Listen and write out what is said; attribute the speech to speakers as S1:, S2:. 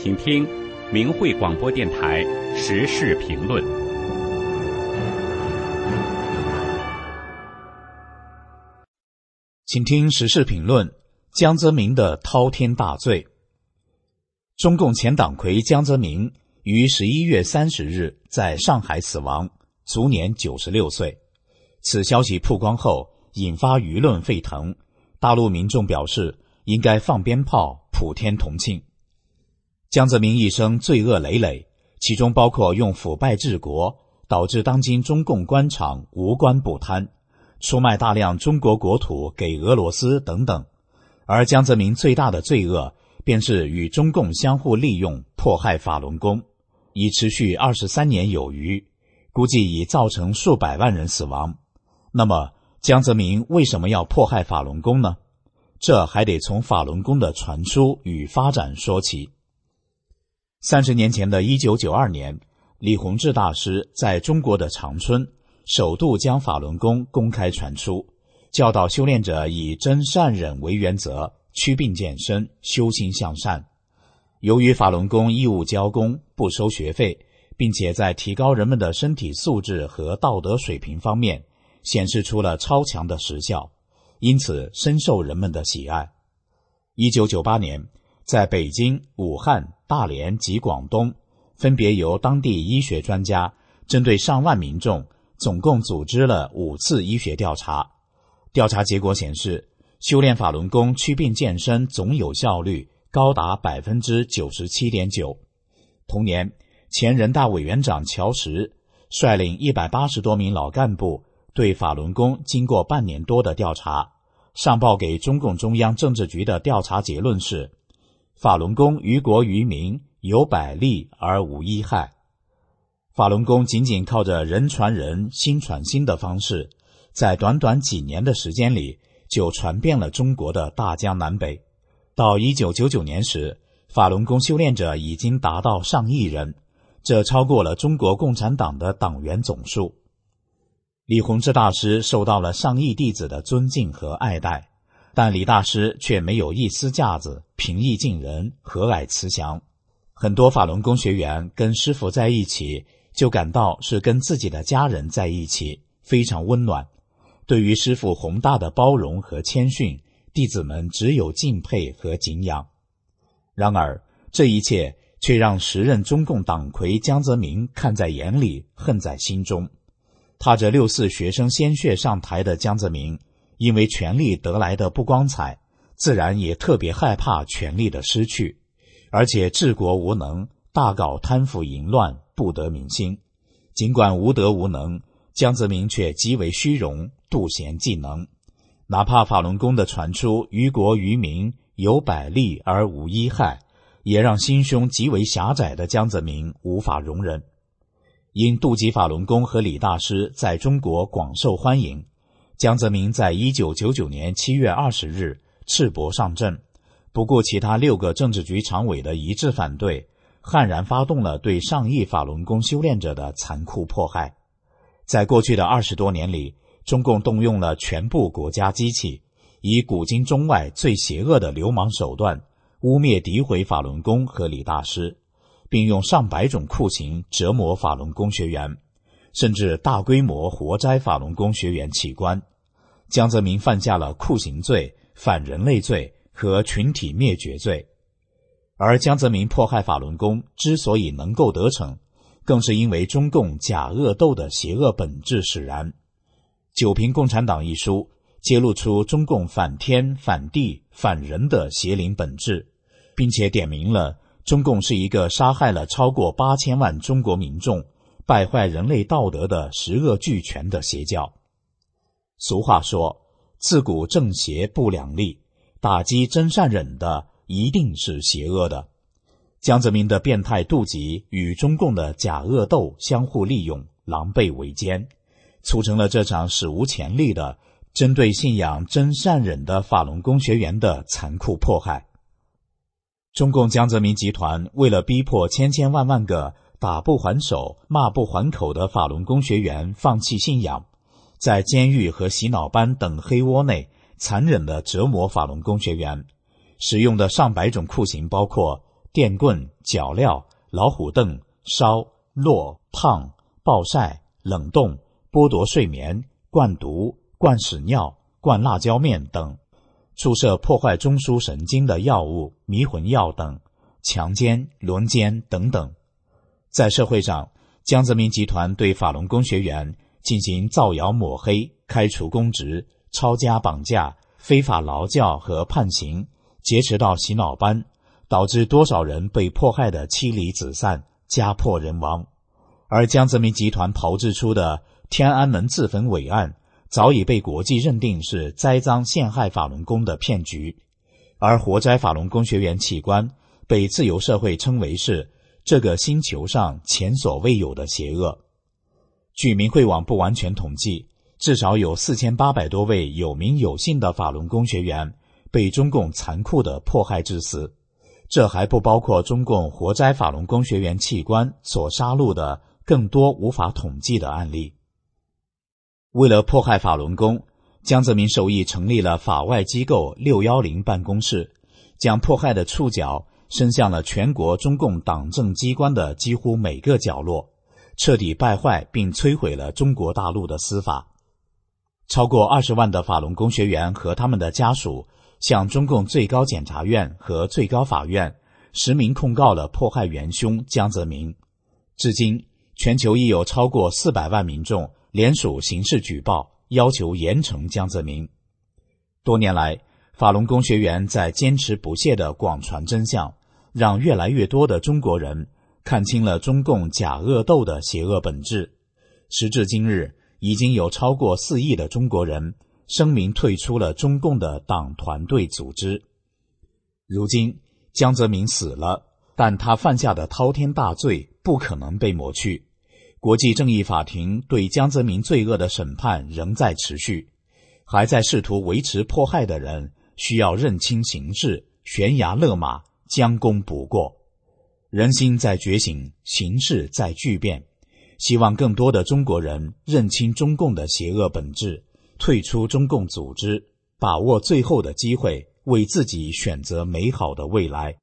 S1: 请听明慧广播电台时事评论。
S2: 请听时事评论：江泽民的滔天大罪。中共前党魁江泽民于11月30日在上海死亡，卒年96岁。此消息曝光后，引发舆论沸腾，大陆民众表示应该放鞭炮，普天同庆。江泽民一生罪恶累累，其中包括用腐败治国，导致当今中共官场无官不贪，出卖大量中国国土给俄罗斯等等。而江泽民最大的罪恶便是与中共相互利用，迫害法轮功，已持续23年有余，估计已造成数百万人死亡。那么江泽民为什么要迫害法轮功呢？这还得从法轮功的传输与发展说起。30年前的1992年，李洪志大师在中国的长春首度将法轮功公开传出，教导修炼者以真善忍为原则，祛病健身，修心向善。由于法轮功义务教功，不收学费，并且在提高人们的身体素质和道德水平方面显示出了超强的实效，因此深受人们的喜爱。1998年，在北京、武汉、大连及广东，分别由当地医学专家针对上万民众总共组织了5次医学调查。调查结果显示，修炼法轮功祛病健身总有效率高达 97.9%。 同年，前人大委员长乔石率领180多名老干部对法轮功经过半年多的调查，上报给中共中央政治局的调查结论是：法轮功于国于民有百利而无一害。法轮功仅仅靠着人传人心传心的方式，在短短几年的时间里就传遍了中国的大江南北。到1999年时，法轮功修炼者已经达到上亿人，这超过了中国共产党的党员总数。李洪志大师受到了上亿弟子的尊敬和爱戴，但李大师却没有一丝架子，平易近人，和蔼慈祥。很多法轮功学员跟师父在一起，就感到是跟自己的家人在一起，非常温暖。对于师父宏大的包容和谦逊，弟子们只有敬佩和敬仰。然而这一切却让时任中共党魁江泽民看在眼里，恨在心中。踏着64学生鲜血上台的江泽民，因为权力得来的不光彩，自然也特别害怕权力的失去，而且治国无能，大搞贪腐淫乱，不得民心。尽管无德无能，江泽民却极为虚荣，妒贤嫉能。哪怕法轮功的传出于国于民有百利而无一害，也让心胸极为狭窄的江泽民无法容忍。因妒忌法轮功和李大师在中国广受欢迎，江泽民在1999年7月20日赤膊上阵，不顾其他6个政治局常委的一致反对，悍然发动了对上亿法轮功修炼者的残酷迫害。在过去的20多年里，中共动用了全部国家机器，以古今中外最邪恶的流氓手段，污蔑诋毁法轮功和李大师，并用上百种酷刑折磨法轮功学员，甚至大规模活摘法轮功学员器官。江泽民犯下了酷刑罪、反人类罪和群体灭绝罪。而江泽民迫害法轮功之所以能够得逞，更是因为中共假恶斗的邪恶本质使然。《九评共产党》一书揭露出中共反天、反地、反人的邪灵本质，并且点明了中共是一个杀害了超过8000万中国民众、败坏人类道德的十恶俱全的邪教。俗话说，自古正邪不两立，打击真善忍的一定是邪恶的。江泽民的变态妒忌与中共的假恶斗相互利用，狼狈为奸，促成了这场史无前例的针对信仰真善忍的法轮功学员的残酷迫害。中共江泽民集团为了逼迫千千万万个打不还手、骂不还口的法轮功学员放弃信仰，在监狱和洗脑班等黑窝内残忍地折磨法轮功学员，使用的上百种酷刑包括电棍、脚镣、老虎凳、烧、落、烫、暴晒、冷冻、剥夺睡眠、灌毒、灌屎尿、灌辣椒面等，注射破坏中枢神经的药物、迷魂药等，强奸、轮奸等等。在社会上，江泽民集团对法轮功学员进行造谣抹黑、开除公职、抄家绑架、非法劳教和判刑，劫持到洗脑班，导致多少人被迫害的妻离子散、家破人亡。而江泽民集团炮制出的天安门自焚伪案，早已被国际认定是栽赃陷害法轮功的骗局，而活摘法轮功学员器官被自由社会称为是这个星球上前所未有的邪恶。据明慧网不完全统计，至少有4800多位有名有姓的法轮功学员被中共残酷地迫害致死，这还不包括中共活摘法轮功学员器官所杀戮的更多无法统计的案例。为了迫害法轮功，江泽民授意成立了法外机构610办公室，将迫害的触角伸向了全国中共党政机关的几乎每个角落，彻底败坏并摧毁了中国大陆的司法。超过20万的法轮功学员和他们的家属向中共最高检察院和最高法院实名控告了迫害元凶江泽民。至今，全球已有超过400万民众联署刑事举报，要求严惩江泽民。多年来，法轮功学员在坚持不懈地广传真相，让越来越多的中国人看清了中共假恶斗的邪恶本质。时至今日，已经有超过4亿的中国人声明退出了中共的党团队组织。如今，江泽民死了，但他犯下的滔天大罪不可能被抹去。国际正义法庭对江泽民罪恶的审判仍在持续，还在试图维持迫害的人需要认清形势，悬崖勒马，将功补过。人心在觉醒，形势在巨变，希望更多的中国人认清中共的邪恶本质，退出中共组织，把握最后的机会，为自己选择美好的未来。